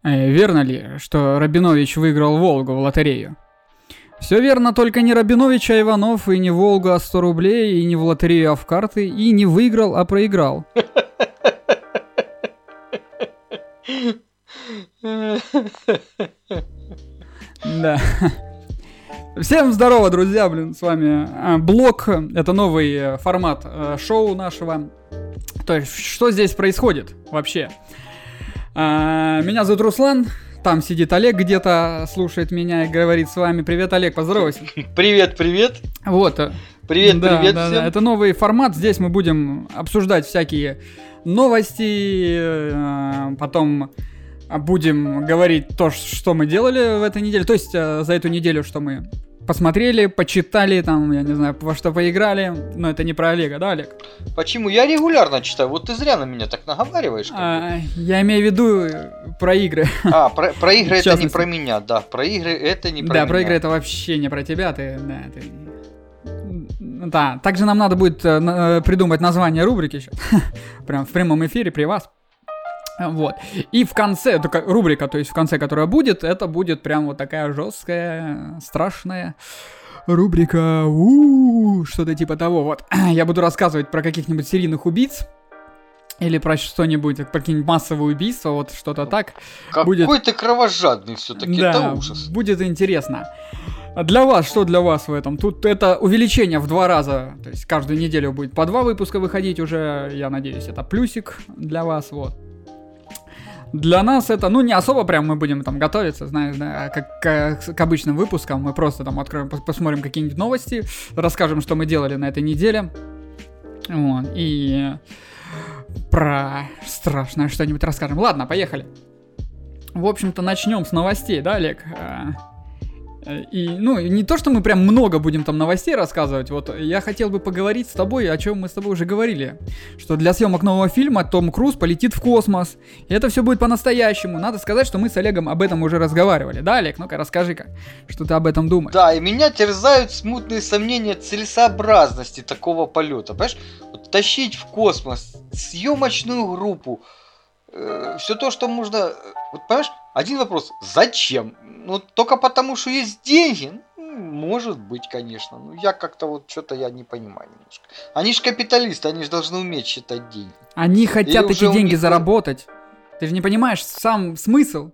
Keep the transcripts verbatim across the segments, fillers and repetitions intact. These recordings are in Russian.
Э, верно ли, что Рабинович выиграл Волгу в лотерею? Все верно, только не Рабинович, а Иванов, и не Волгу, а сто рублей, и не в лотерею, а в карты, и не выиграл, а проиграл. Да. Всем здорово, друзья, блин, с вами Блок. Это новый формат шоу нашего. То есть, что здесь происходит вообще? Меня зовут Руслан. Там сидит Олег где-то, слушает меня и говорит с вами. Привет, Олег, поздоровайся. Привет, привет. Вот. Привет, да, привет да, всем. Да. Это новый формат. Здесь мы будем обсуждать всякие новости, потом будем говорить то, что мы делали в этой неделе. То есть за эту неделю, что мы посмотрели, почитали, там, я не знаю, во что поиграли. Но это не про Олега, да, Олег? Почему? Я регулярно читаю. Вот ты зря на меня так наговариваешь. А, я имею в виду про игры. А, про, про игры это не про меня, да. Про игры это не про да, меня. Да, про игры это вообще не про тебя. Ты, да, ты... да, также нам надо будет э, придумать название рубрики сейчас. Прям в прямом эфире при вас. Вот. И в конце, только рубрика, то есть в конце, которая будет, это будет прям вот такая жесткая, страшная рубрика, у-у-у, что-то типа того. Вот. Я буду рассказывать про каких-нибудь серийных убийц. Или про что-нибудь, про какие-нибудь массовые убийства, вот что-то так. Какой будет... ты кровожадный все-таки, да, это ужас. Будет интересно. Для вас, что для вас в этом? Тут это увеличение в два раза, то есть каждую неделю будет по два выпуска выходить уже, я надеюсь, это плюсик для вас, вот. Для нас это, ну, не особо прям мы будем там готовиться, знаешь, да, как к, к обычным выпускам. Мы просто там откроем, посмотрим какие-нибудь новости, расскажем, что мы делали на этой неделе. Вот, и про страшное что-нибудь расскажем. Ладно, поехали. В общем-то, начнем с новостей, да, Олег? И, ну, не то, что мы прям много будем там новостей рассказывать, вот я хотел бы поговорить с тобой, о чем мы с тобой уже говорили, что для съемок нового фильма Том Круз полетит в космос, и это все будет по-настоящему. Надо сказать, что мы с Олегом об этом уже разговаривали, да, Олег? Ну-ка, расскажи-ка, что ты об этом думаешь. Да, и меня терзают смутные сомнения целесообразности такого полета, понимаешь? Вот, тащить в космос съемочную группу, э, все то, что можно, вот, понимаешь? Один вопрос, зачем? Ну, только потому, что есть деньги? Может быть, конечно. Но я как-то вот что-то я не понимаю немножко. Они же капиталисты, они же должны уметь считать деньги. Они хотят Или эти деньги них... заработать. Ты же не понимаешь сам смысл.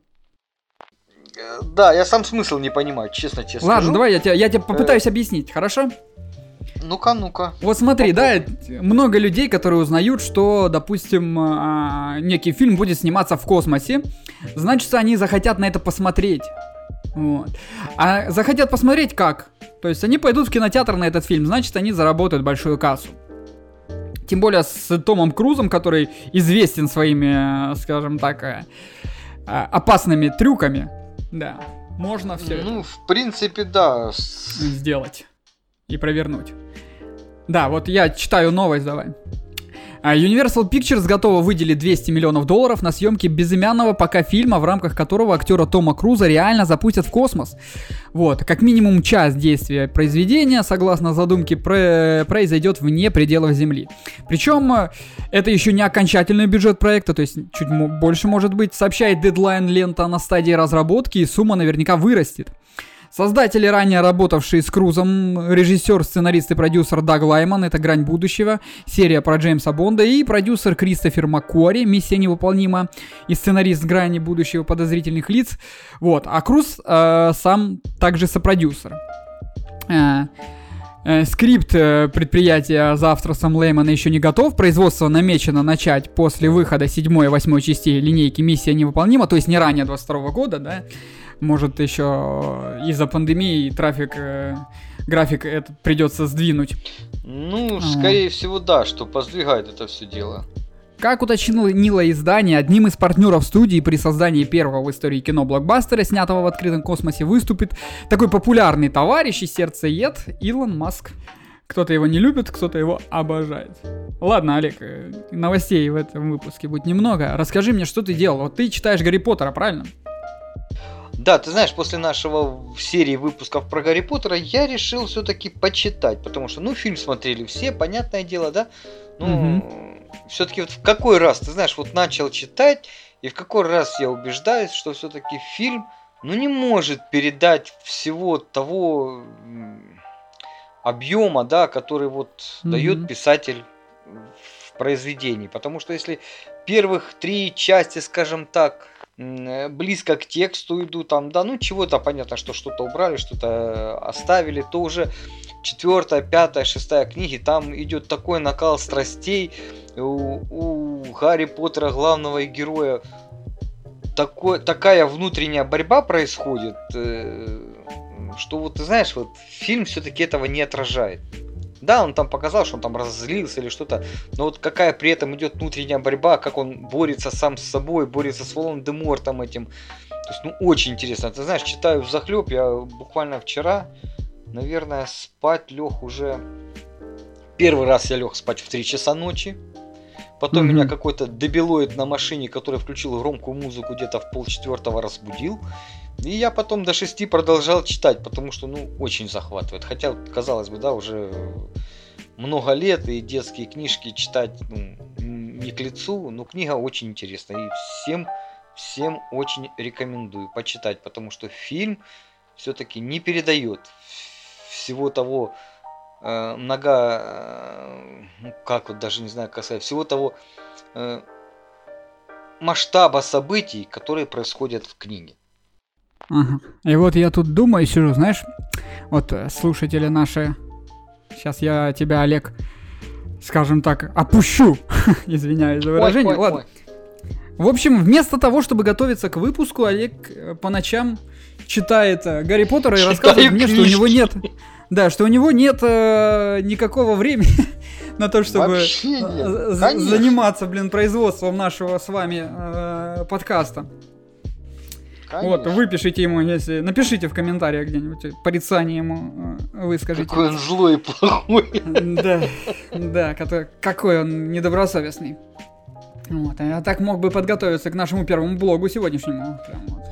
Да, я сам смысл не понимаю, честно тебе Ладно, скажу. давай я тебе, я тебе попытаюсь э... объяснить, хорошо? Ну-ка, ну-ка. Вот смотри, да, много людей, которые узнают, что, допустим, некий фильм будет сниматься в космосе, значит, они захотят на это посмотреть. Вот. А захотят посмотреть как? То есть они пойдут в кинотеатр на этот фильм, значит, они заработают большую кассу. Тем более с Томом Крузом, который известен своими, скажем так, опасными трюками. Да, можно все ну, это в принципе, да. сделать и провернуть. Да, вот я читаю новость, давай. Universal Pictures готова выделить двести миллионов долларов на съемки безымянного пока фильма, в рамках которого актера Тома Круза реально запустят в космос. Вот, как минимум час действия произведения, согласно задумке, про- произойдет вне пределов Земли. Причем это еще не окончательный бюджет проекта, то есть чуть больше может быть, сообщает Deadline, лента на стадии разработки, и сумма наверняка вырастет. Создатели, ранее работавшие с Крузом, режиссер, сценарист и продюсер Даг Лайман, это «Грань будущего», серия про Джеймса Бонда, и продюсер Кристофер Маккуари, «Миссия невыполнима», и сценарист «Грани будущего», подозрительных лиц. Вот, а Круз э, сам также сопродюсер. Э, э, скрипт э, предприятия за авторством Лаймана еще не готов, производство намечено начать после выхода седьмой и восьмой частей линейки «Миссия невыполнима», то есть не ранее двадцать второго года, да. Может, еще из-за пандемии трафик, э, график этот придется сдвинуть. Ну, а. скорее всего, да, что поздвигает это все дело. Как уточнило издание, одним из партнеров студии при создании первого в истории кино блокбастера, снятого в открытом космосе, выступит такой популярный товарищ и сердцеед Илон Маск. Кто-то его не любит, кто-то его обожает. Ладно, Олег, новостей в этом выпуске будет немного. Расскажи мне, что ты делал. Вот ты читаешь Гарри Поттера, правильно? Да, ты знаешь, после нашего серии выпусков про Гарри Поттера я решил все-таки почитать, потому что, ну, фильм смотрели все, понятное дело, да? Ну, угу. Все-таки вот в какой раз, ты знаешь, вот начал читать, И в какой раз я убеждаюсь, что все-таки фильм, ну, не может передать всего того объема, да, который вот mm-hmm. дает писатель в произведении. Потому что если первых три части, скажем так, близко к тексту идут, там, да, ну, чего-то понятно, что что-то убрали, что-то оставили, то уже четвертая, пятая, шестая книги, там идет такой накал страстей, у, у Гарри Поттера, главного героя, такой, такая внутренняя борьба происходит, что вот, ты знаешь, вот фильм все-таки этого не отражает. Да, он там показал, что он там разозлился или что-то, но вот какая при этом идет внутренняя борьба, как он борется сам с собой, борется с Волан-де-Мортом этим. То есть, ну, очень интересно. Ты знаешь, читаю взахлеб, я буквально вчера, наверное, спать лег уже... Первый раз я лег спать в три часа ночи. Потом mm-hmm. меня какой-то дебилоид на машине, который включил громкую музыку, где-то в полчетвертого разбудил. И я потом до шести продолжал читать, потому что, ну, очень захватывает. Хотя, казалось бы, да, уже много лет, и детские книжки читать, ну, не к лицу, но книга очень интересная. И всем, всем очень рекомендую почитать, потому что фильм все-таки не передает всего того э, много, э, ну, как вот даже не знаю, как сказать, всего того э, масштаба событий, которые происходят в книге. Ага. И вот я тут думаю, сижу, знаешь, вот слушатели наши, сейчас я тебя, Олег, скажем так, опущу, извиняюсь за выражение. Ой, ой, ладно. Ой. В общем, вместо того, чтобы готовиться к выпуску, Олег по ночам читает Гарри Поттера и рассказывает мне, что у него нет, да, что у него нет э, никакого времени на то, чтобы з- заниматься, блин, производством нашего с вами э, подкаста. Конечно. Вот, выпишите ему, если... Напишите в комментариях где-нибудь, порицание ему выскажите. Какой он злой и плохой. Да, да, какой он недобросовестный. Вот, я так мог бы подготовиться к нашему первому блогу сегодняшнему. Прям вот.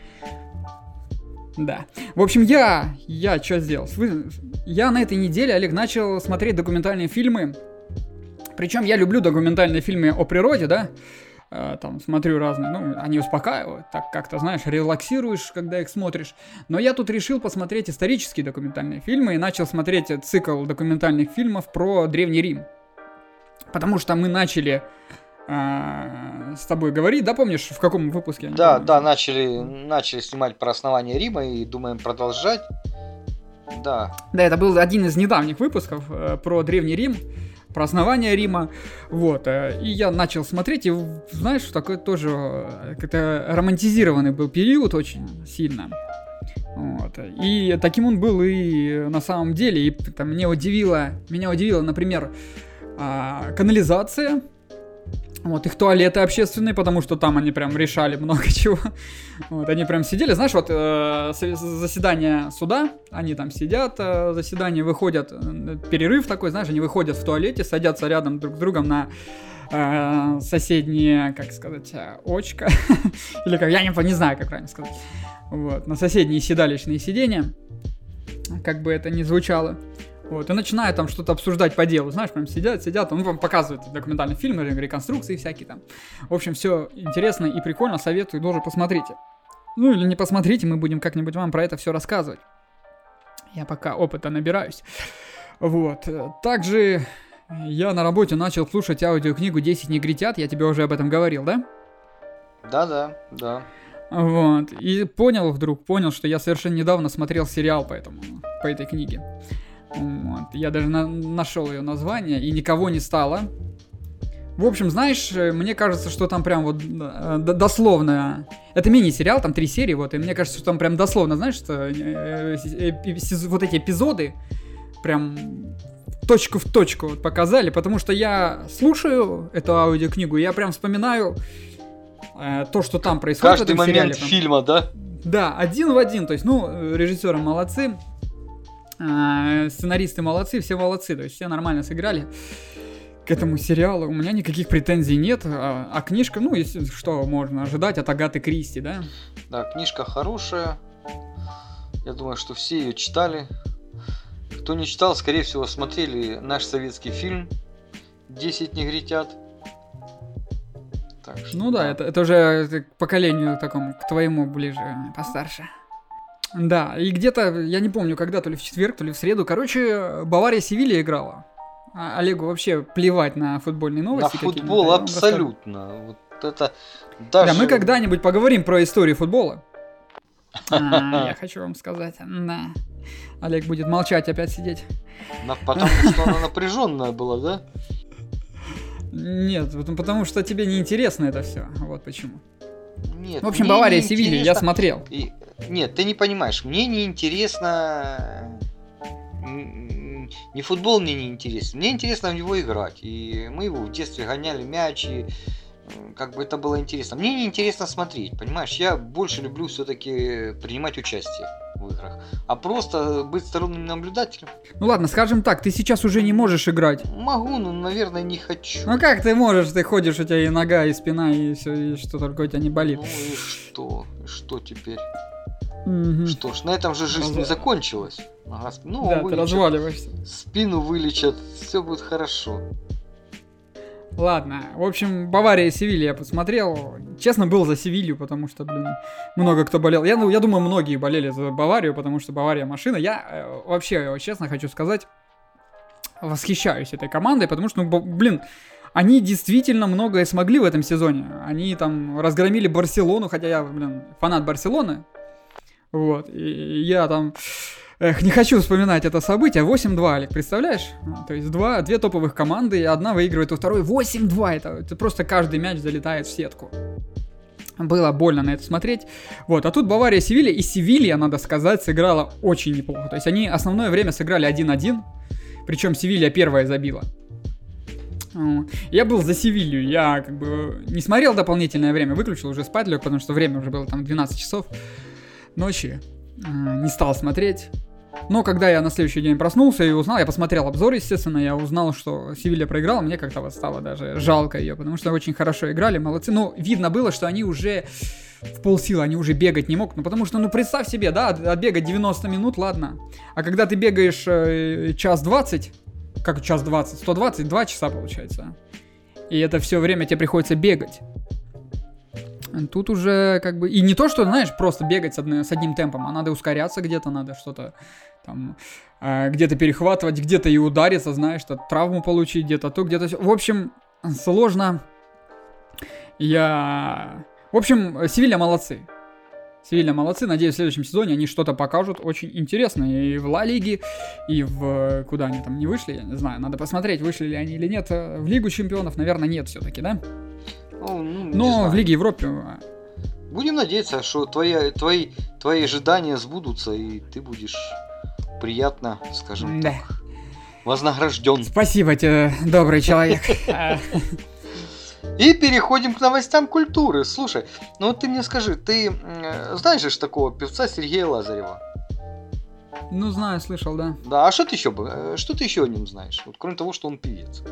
Да. В общем, я... Я что сделал? Я на этой неделе, Олег, начал смотреть документальные фильмы. Причем я люблю документальные фильмы о природе, да? Там смотрю разные, ну, они успокаивают, так как-то, знаешь, релаксируешь, когда их смотришь. Но я тут решил посмотреть исторические документальные фильмы и начал смотреть цикл документальных фильмов про Древний Рим. Потому что мы начали э, с тобой говорить, да, помнишь, в каком выпуске? Да, да, начали, начали снимать про основание Рима и думаем продолжать. Да. Да, это был один из недавних выпусков э, про Древний Рим. Про основание Рима, вот, и я начал смотреть, и, знаешь, такой тоже как-то романтизированный был период очень сильно, вот, и таким он был и на самом деле, и там, меня удивило, меня удивила, например, канализация, вот, их туалеты общественные, потому что там они прям решали много чего. Вот, они прям сидели, знаешь, вот э, заседание суда, они там сидят, э, заседание, выходят, э, перерыв такой, знаешь, они выходят в туалете, садятся рядом друг с другом на э, соседние, как сказать, очко, или как, я не, не знаю, как правильно сказать, вот, на соседние седалищные сиденья, как бы это ни звучало. Вот, и начинают там что-то обсуждать по делу, знаешь, прям сидят, сидят, ну, вам показывают документальные фильмы, реконструкции всякие там. В общем, все интересно и прикольно, советую, тоже посмотрите. Ну, или не посмотрите, мы будем как-нибудь вам про это все рассказывать. Я пока опыта набираюсь. Вот, также я на работе начал слушать аудиокнигу «десять негритят», я тебе уже об этом говорил, да? Да-да, да. Вот, и понял вдруг, понял, что я совершенно недавно смотрел сериал по этому, по этой книге. Вот. Я даже на- нашел ее название, и никого не стало. В общем, знаешь, мне кажется, что там прям вот д- дословно... Это мини-сериал, там три серии, вот, и мне кажется, что там прям дословно, знаешь, что э- э- э- вот эти эпизоды прям точку в точку вот показали, потому что я слушаю эту аудиокнигу, и я прям вспоминаю э- то, что там происходит. Каждый в этом сериале, момент прям... фильма, да? Да, один в один, то есть, ну, режиссеры молодцы. Сценаристы молодцы, все молодцы, то есть все нормально сыграли к этому сериалу. У меня никаких претензий нет, а, а книжка, ну, если, что можно ожидать от Агаты Кристи, да? Да, книжка хорошая, я думаю, что все ее читали. Кто не читал, скорее всего, смотрели наш советский фильм «десять негритят». Так что, Ну да, это, это уже к поколению такому, к твоему ближе, постарше. Да, и где-то, я не помню, когда, то ли в четверг, то ли в среду, короче, Бавария-Севилья играла. А Олегу вообще плевать на футбольные новости. На футбол абсолютно. Вот это даже... Да, мы когда-нибудь поговорим про историю футбола. А, я хочу вам сказать, да. Олег будет молчать, опять сидеть. На, потому что она напряженная была, да? Нет, потому что тебе неинтересно это все. Вот почему. Нет, в общем, Бавария, Севилья, я смотрел. И... Нет, ты не понимаешь, мне не интересно. Не футбол мне не интересен. Мне интересно в него играть. И мы его в детстве гоняли мяч, и как бы это было интересно. Мне не интересно смотреть, понимаешь? Я больше люблю все-таки принимать участие в играх. А просто быть сторонним наблюдателем. Ну ладно, скажем так, ты сейчас уже не можешь играть. Могу, но, наверное, не хочу. Ну как ты можешь? Ты ходишь, у тебя и нога, и спина, и все, и что только у тебя не болит. Ну и что? И что теперь? Угу. Что ж, на этом же жизнь не закончилась. Ага, ну, да, вылечат, ты разваливаешься. Спину вылечат, все будет хорошо. Ладно, в общем, Бавария и Севилья я посмотрел. Честно, был за Севилью, потому что, блин, много кто болел. Я, ну, я думаю, многие болели за Баварию, потому что Бавария машина. Я э, вообще, честно хочу сказать, восхищаюсь этой командой, потому что, ну, блин, они действительно многое смогли в этом сезоне. Они там разгромили Барселону, хотя я, блин, фанат Барселоны. Вот, и я там... Эх, не хочу вспоминать это событие. восемь-два, Олег, представляешь? То есть два, две топовых команды, и одна выигрывает у второй. восемь-два, это, это просто каждый мяч залетает в сетку. Было больно на это смотреть. Вот, а тут Бавария, Севилья, и Севилья, надо сказать, сыграла очень неплохо. То есть они основное время сыграли один-один, причем Севилья первая забила. Я был за Севилью, я как бы не смотрел дополнительное время, выключил, уже спать лег, потому что время уже было там двенадцать часов ночи. Не стал смотреть. Но когда я на следующий день проснулся и узнал, я посмотрел обзор, естественно, я узнал, что Севилья проиграла, мне как-то вот стало даже жалко ее, потому что очень хорошо играли, молодцы. Ну, видно было, что они уже в полсилы, они уже бегать не могут. Ну, потому что, ну, представь себе, да, отбегать девяносто минут, ладно. А когда ты бегаешь э, час двадцать, как час двадцать, сто двадцать, два часа получается. И это все время тебе приходится бегать. Тут уже как бы... И не то, что, знаешь, просто бегать с, одни, с одним темпом, а надо ускоряться где-то, надо что-то там... Э, где-то перехватывать, где-то и удариться, знаешь, что травму получить, где-то то, где-то... В общем, сложно. Я... В общем, Севилья молодцы. Севилья молодцы. Надеюсь, в следующем сезоне они что-то покажут очень интересное. И в Ла Лиге, и в... Куда они там не вышли, я не знаю. Надо посмотреть, вышли ли они или нет. В Лигу чемпионов, наверное, нет все-таки, да? Ну, ну, Но в Лиге Европы... Будем надеяться, что твои, твои, твои ожидания сбудутся, и ты будешь приятно, скажем да. так, вознагражден. Спасибо тебе, добрый человек. И переходим к новостям культуры. Слушай, ну вот ты мне скажи, ты знаешь же такого певца Сергея Лазарева? Ну, знаю, слышал, да. Да, а что ты еще, что ты еще о нем знаешь? Вот, кроме того, что он певец.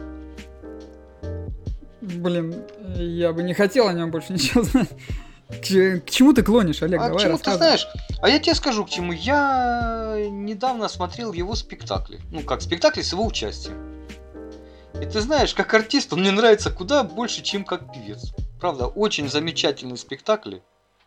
Блин, я бы не хотел о нем больше ничего знать. К, к чему ты клонишь, Олег? А давай к чему рассказывай. ты знаешь? А я тебе скажу, к чему. Я недавно смотрел его спектакли. Ну, как спектакли с его участием. И ты знаешь, как артист он мне нравится куда больше, чем как певец. Правда, очень замечательные спектакли.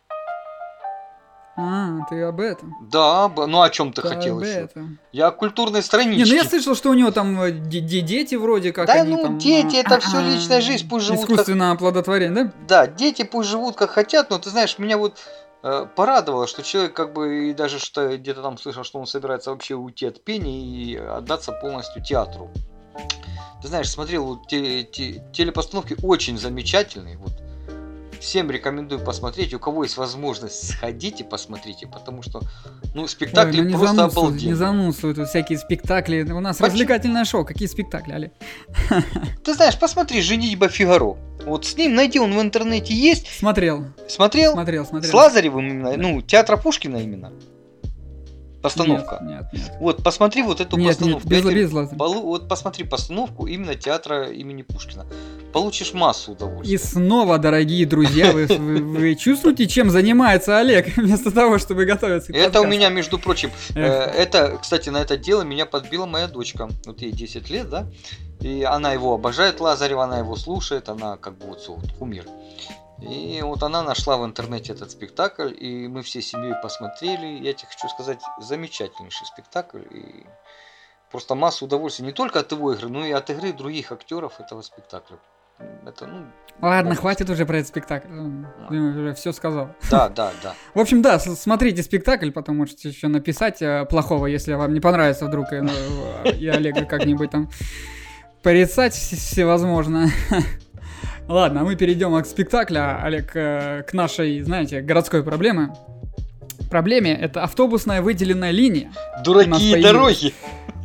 А, ты об этом? Да, ну о чем ты да, хотел еще? Этом. Я о культурной страничке. Не, ну я слышал, что у него там дети вроде как. Да, они, ну там, дети, это а- все а- личная жизнь, пусть живут искусственное как... оплодотворение, да? Да, дети пусть живут как хотят, но ты знаешь, меня вот э, порадовало, что человек как бы, и даже что где-то там слышал, что он собирается вообще уйти от пения и отдаться полностью театру. Ты знаешь, смотрел вот те, те, телепостановки очень замечательные, вот. Всем рекомендую посмотреть. У кого есть возможность, сходите, посмотрите, потому что, ну, спектакли Ой, ну просто занудствуй, обалденные. Не занудствуют тут всякие спектакли. У нас Почему? Развлекательное шоу. Какие спектакли, Олег? Ты знаешь, посмотри «Женитьба Фигаро». Вот с ним найди, он в интернете есть. Смотрел. Смотрел? Смотрел, смотрел. С Лазаревым именно, ну, театра Пушкина именно. Постановка. Нет, нет, нет. Вот, посмотри вот эту Нет, постановку. нет, без, Я тебе без Лазарева. полу- Вот посмотри постановку именно театра имени Пушкина. Получишь массу удовольствия. И снова, дорогие друзья, вы, вы, вы чувствуете, чем занимается Олег, вместо того, чтобы готовиться к Это подкасту? у меня, между прочим, э, это, кстати, на это дело меня подбила моя дочка. Вот ей десять лет, да? И она его обожает, Лазарева, она его слушает, она как бы вот, вот кумир. И вот она нашла в интернете этот спектакль, и мы всей семьей посмотрели. Я тебе хочу сказать, замечательнейший спектакль. И просто массу удовольствия не только от его игры, но и от игры других актеров этого спектакля. Это, ну, Ладно, полностью. Хватит уже про этот спектакль. Ты уже все сказал. Да, да, да. В общем, да, смотрите спектакль, потом можете еще написать э, плохого, если вам не понравится вдруг, и, ну, и Олега как-нибудь там порицать всевозможно. Ладно, мы перейдем к спектаклю, Олег, к нашей, знаете, городской проблеме. Проблеме это автобусная выделенная линия. Дураки и дороги.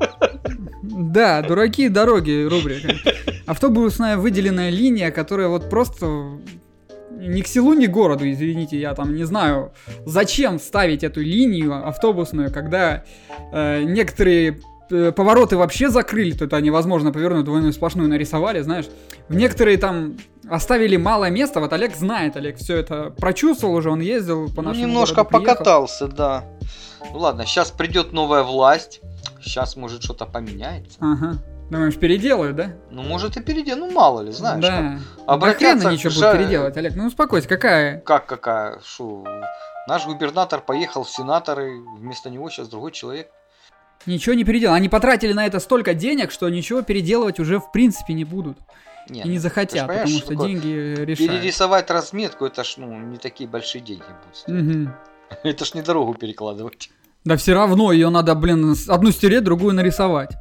Да, дураки и дороги рубрика. Автобусная выделенная линия, которая вот просто ни к селу, ни к городу, извините, я там не знаю, зачем ставить эту линию автобусную, когда э, некоторые э, повороты вообще закрыли, то это невозможно повернуть, двойную сплошную нарисовали, знаешь. В некоторые там оставили мало места, вот Олег знает, Олег все это прочувствовал уже, он ездил по ну, нашему немножко городу, приехал. Покатался, да. Ну ладно, сейчас придет новая власть, сейчас может что-то поменяется. Ага. Думаешь, переделают, да? Ну, может и переделают, ну мало ли, знаешь. Да. Обратятся да ничего жа... будет переделать, Олег, ну успокойся, какая? Как какая? Шо? Наш губернатор поехал в сенаторы, вместо него сейчас другой человек. Ничего не переделал. Они потратили на это столько денег, что ничего переделывать уже в принципе не будут. Нет, и не захотят, потому что, что деньги решают. Перерисовать разметку, это ж ну, не такие большие деньги будут. Угу. Это ж не дорогу перекладывать. Да все равно ее надо, блин, одну стереть, другую нарисовать.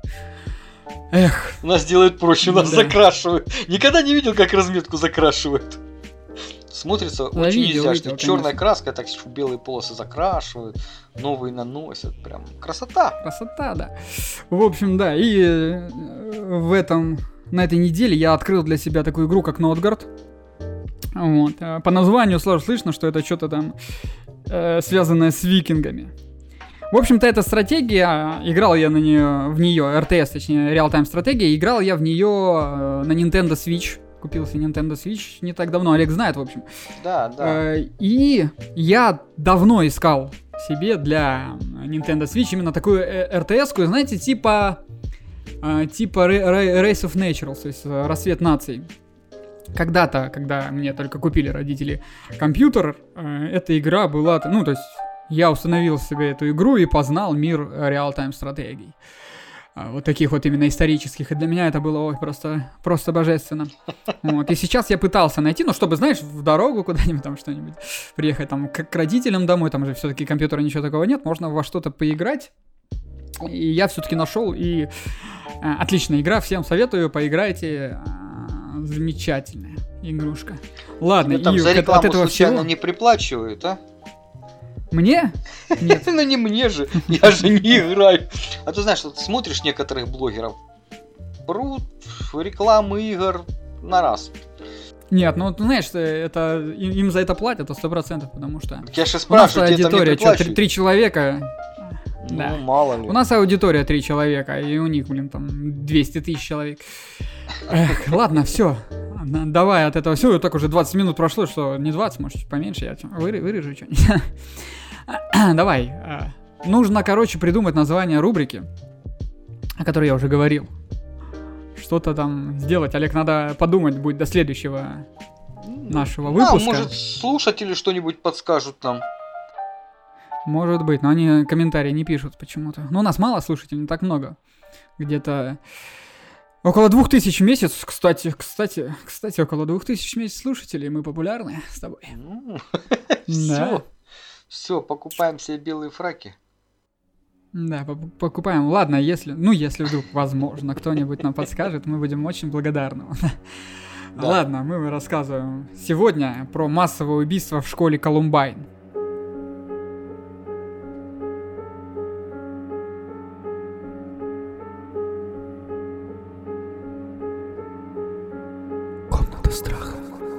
Эх. У нас делают проще, у нас да. закрашивают. Никогда не видел, как разметку закрашивают. Смотрится да, очень видел, изящно. Видел, черная краска, так белые полосы закрашивают, новые наносят. Прям красота. Красота, да. В общем, да, и в этом, на этой неделе я открыл для себя такую игру, как Нотгард. Вот. По названию сразу слышно, что это что-то там э, связанное с викингами. В общем-то, эта стратегия, играл я на нее, в нее, эр ти эс, точнее, реал-тайм стратегия, играл я в нее на Nintendo Switch. Купил себе Nintendo Switch не так давно, Олег знает, в общем. Да, да. И я давно искал себе для Nintendo Switch именно такую эр ти эс-ку, знаете, типа, типа Race of Nations, то есть Рассвет наций. Когда-то, когда мне только купили родители компьютер, эта игра была, ну, то есть я установил себе эту игру и познал мир реал-тайм стратегий. Вот таких вот именно исторических. И для меня это было ой, просто, просто божественно. Вот. И сейчас я пытался найти, ну, чтобы, знаешь, в дорогу куда-нибудь там что-нибудь приехать там к, к родителям домой, там же все-таки компьютера ничего такого нет, можно во что-то поиграть. И я все-таки нашел, и а, отличная игра, всем советую, поиграйте. А, замечательная игрушка. Ладно, ну, там и за рекламу от этого случайно всего... не приплачивают, а? Мне? Нет. Ну не мне же, я же не играю. А ты знаешь, вот смотришь некоторых блогеров, брут рекламы игр на раз. Нет, ну ты знаешь, это им, им за это платят, сто процентов, потому что... Я же спрашиваю, у нас аудитория, что, три, три... три человека... Ну, да. мало ли. У нас аудитория три человека, и у них, блин, там двести тысяч человек. Эх, ладно, все. Давай от этого все, так уже двадцать минут прошло, что не двадцать, может, чуть поменьше, я выры, вырежу что-нибудь. Давай. Нужно, короче, придумать название рубрики, о которой я уже говорил. Что-то там сделать. Олег, надо подумать будет до следующего нашего выпуска. Да, может, слушатели что-нибудь подскажут нам. Может быть, но они комментарии не пишут почему-то. Ну, у нас мало слушателей, не так много. Где-то около двух тысяч в месяц, кстати, кстати, кстати, около двух тысяч в месяц слушателей, мы популярны с тобой. Все, все, покупаем себе белые фраки. Да, покупаем. Ладно, если, ну, если вдруг возможно, кто-нибудь нам подскажет, мы будем очень благодарны. Ладно, мы рассказываем сегодня про массовое убийство в школе Колумбайн. Страха.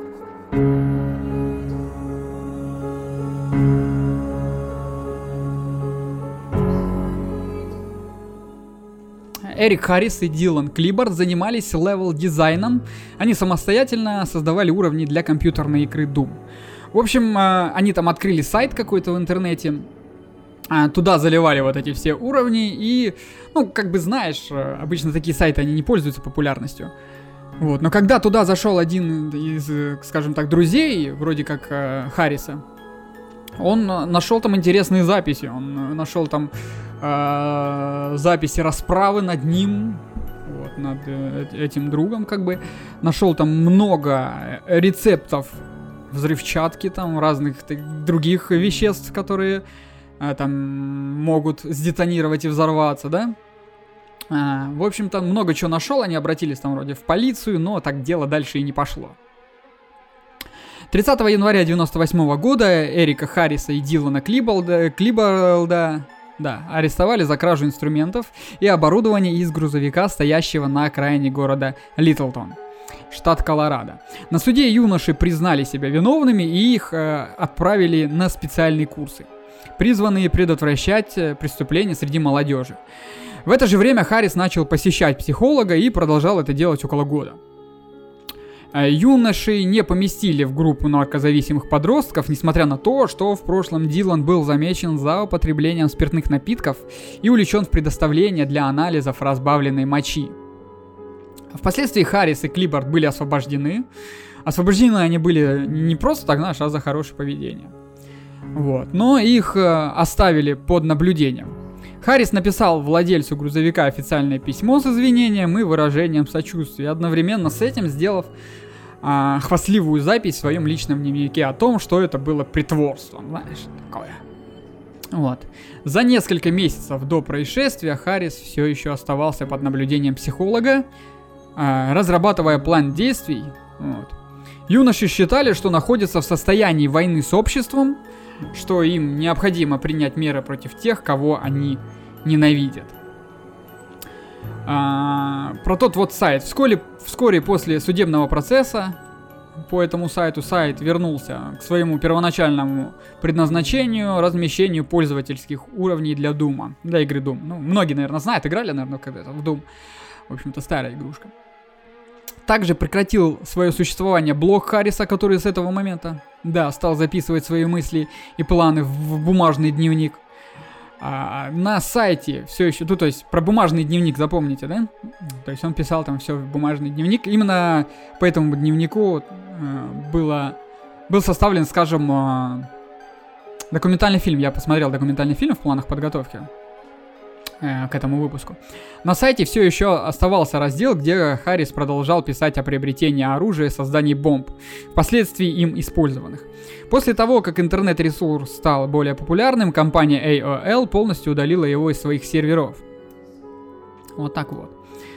Эрик Харрис и Дилан Клиборд занимались левел-дизайном. Они самостоятельно создавали уровни для компьютерной игры Doom. В общем, они там открыли сайт какой-то в интернете. туда заливали вот эти все уровни, и, ну, как бы знаешь, обычно такие сайты, они не пользуются популярностью. Вот, но когда туда зашел один из, скажем так, друзей, вроде как э, Харриса, он нашел там интересные записи, он нашел там э, записи расправы над ним, вот, над э, этим другом, как бы, нашел там много рецептов взрывчатки, там, разных так, других веществ, которые э, там могут сдетонировать и взорваться, да? А, в общем-то, много чего нашел, они обратились там вроде в полицию, но так дело дальше и не пошло. тридцатого января девяносто восьмого года Эрика Харриса и Дилана Клиболда, Клиболда да, арестовали за кражу инструментов и оборудования из грузовика, стоящего на окраине города Литлтон, штат Колорадо. На суде юноши признали себя виновными и их э, отправили на специальные курсы, призванные предотвращать преступления среди молодежи. В это же время Харрис начал посещать психолога и продолжал это делать около года. Юноши не поместили в группу наркозависимых подростков, несмотря на то, что в прошлом Дилан был замечен за употреблением спиртных напитков и увлечен в предоставление для анализов разбавленной мочи. Впоследствии Харрис и Клиборд были освобождены. Освобождены они были не просто так, знаешь, а за хорошее поведение. Вот. Но их оставили под наблюдением. Харрис написал владельцу грузовика официальное письмо с извинением и выражением сочувствия, одновременно с этим сделав а, хвастливую запись в своем личном дневнике о том, что это было притворством, знаешь, такое. Вот. За несколько месяцев до происшествия Харрис все еще оставался под наблюдением психолога, а, разрабатывая план действий. Вот. Юноши считали, что находятся в состоянии войны с обществом, что им необходимо принять меры против тех, кого они ненавидят. А, про тот вот сайт. Вскоре, вскоре после судебного процесса по этому сайту сайт вернулся к своему первоначальному предназначению, размещению пользовательских уровней для Doom, для игры Doom. Ну, многие, наверное, знают, играли, наверное, когда-то в Doom. В общем-то, старая игрушка. Также прекратил свое существование блог Харриса, который с этого момента, да, стал записывать свои мысли и планы в бумажный дневник. А, на сайте все еще, ну, то есть про бумажный дневник запомните, да? То есть он писал там все в бумажный дневник. Именно по этому дневнику э, было, был составлен, скажем, э, документальный фильм. Я посмотрел документальный фильм в планах подготовки к этому выпуску. На сайте все еще оставался раздел, где Харрис продолжал писать о приобретении оружия и создании бомб, впоследствии им использованных. После того, как интернет-ресурс стал более популярным, компания эй о эл полностью удалила его из своих серверов. Вот так вот.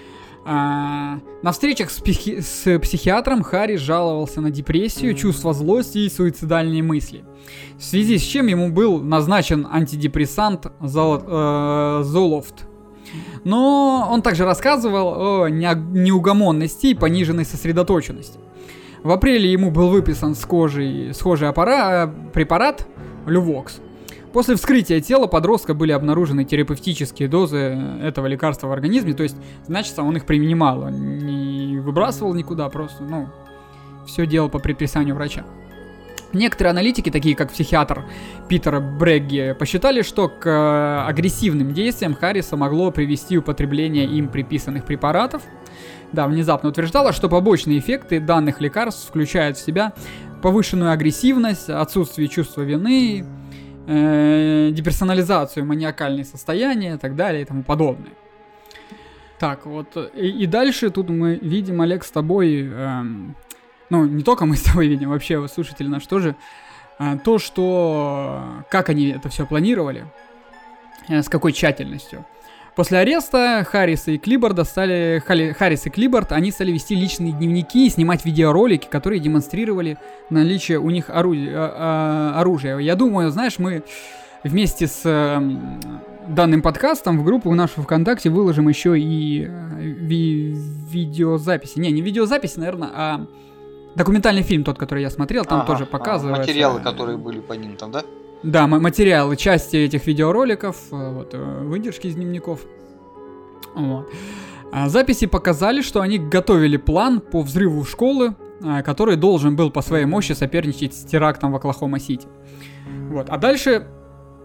А, на встречах с, психи- с психиатром Харрис жаловался на депрессию, чувство злости и суицидальные мысли, в связи с чем ему был назначен антидепрессант Зол, э, Золофт. Но он также рассказывал о неугомонности и пониженной сосредоточенности. В апреле ему был выписан схожий, схожий аппарат, препарат Лювокс. После вскрытия тела подростка были обнаружены терапевтические дозы этого лекарства в организме, то есть, значит, он их принимал, он не выбрасывал никуда, просто, ну, все делал по предписанию врача. Некоторые аналитики, такие как психиатр Питер Брегги, посчитали, что к агрессивным действиям Харриса могло привести употребление им приписанных препаратов. Да, внезапно утверждала, что побочные эффекты данных лекарств включают в себя повышенную агрессивность, отсутствие чувства вины, э, деперсонализацию, маниакальные состояния и так далее и тому подобное. Так, вот, и, и дальше тут мы видим, Олег, с тобой, э, ну, не только мы с тобой видим, вообще слушатели наши тоже, э, то, что, как они это все планировали, э, с какой тщательностью. После ареста Харриса и Клиборда стали, Харрис и Клиборд, они стали вести личные дневники и снимать видеоролики, которые демонстрировали наличие у них орудия, оружия. Я думаю, знаешь, мы вместе с данным подкастом в группу нашу ВКонтакте выложим еще и ви- видеозаписи. Не, не видеозаписи, наверное, а документальный фильм, тот, который я смотрел, там ага, тоже показывается. Материалы, которые были по ним там, да? Да, материалы, части этих видеороликов, вот, выдержки из дневников. Вот. Записи показали, что они готовили план по взрыву школы, который должен был по своей мощи соперничать с терактом в Оклахома-Сити. Вот. А дальше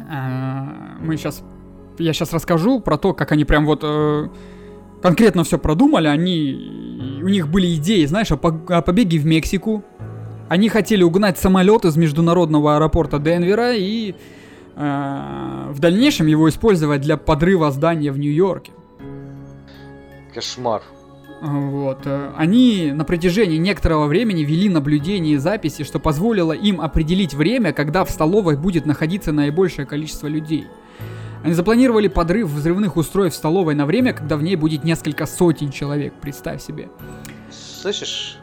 Мы сейчас... Я сейчас расскажу про то, как они прям вот э, конкретно все продумали. Они... У них были идеи, знаешь, о, по... о побеге в Мексику. Они хотели угнать самолет из международного аэропорта Денвера и э, в дальнейшем его использовать для подрыва здания в Нью-Йорке. Кошмар. Вот. Они на протяжении некоторого времени вели наблюдения и записи, что позволило им определить время, когда в столовой будет находиться наибольшее количество людей. Они запланировали подрыв взрывных устройств в столовой на время, когда в ней будет несколько сотен человек, представь себе. Слышишь?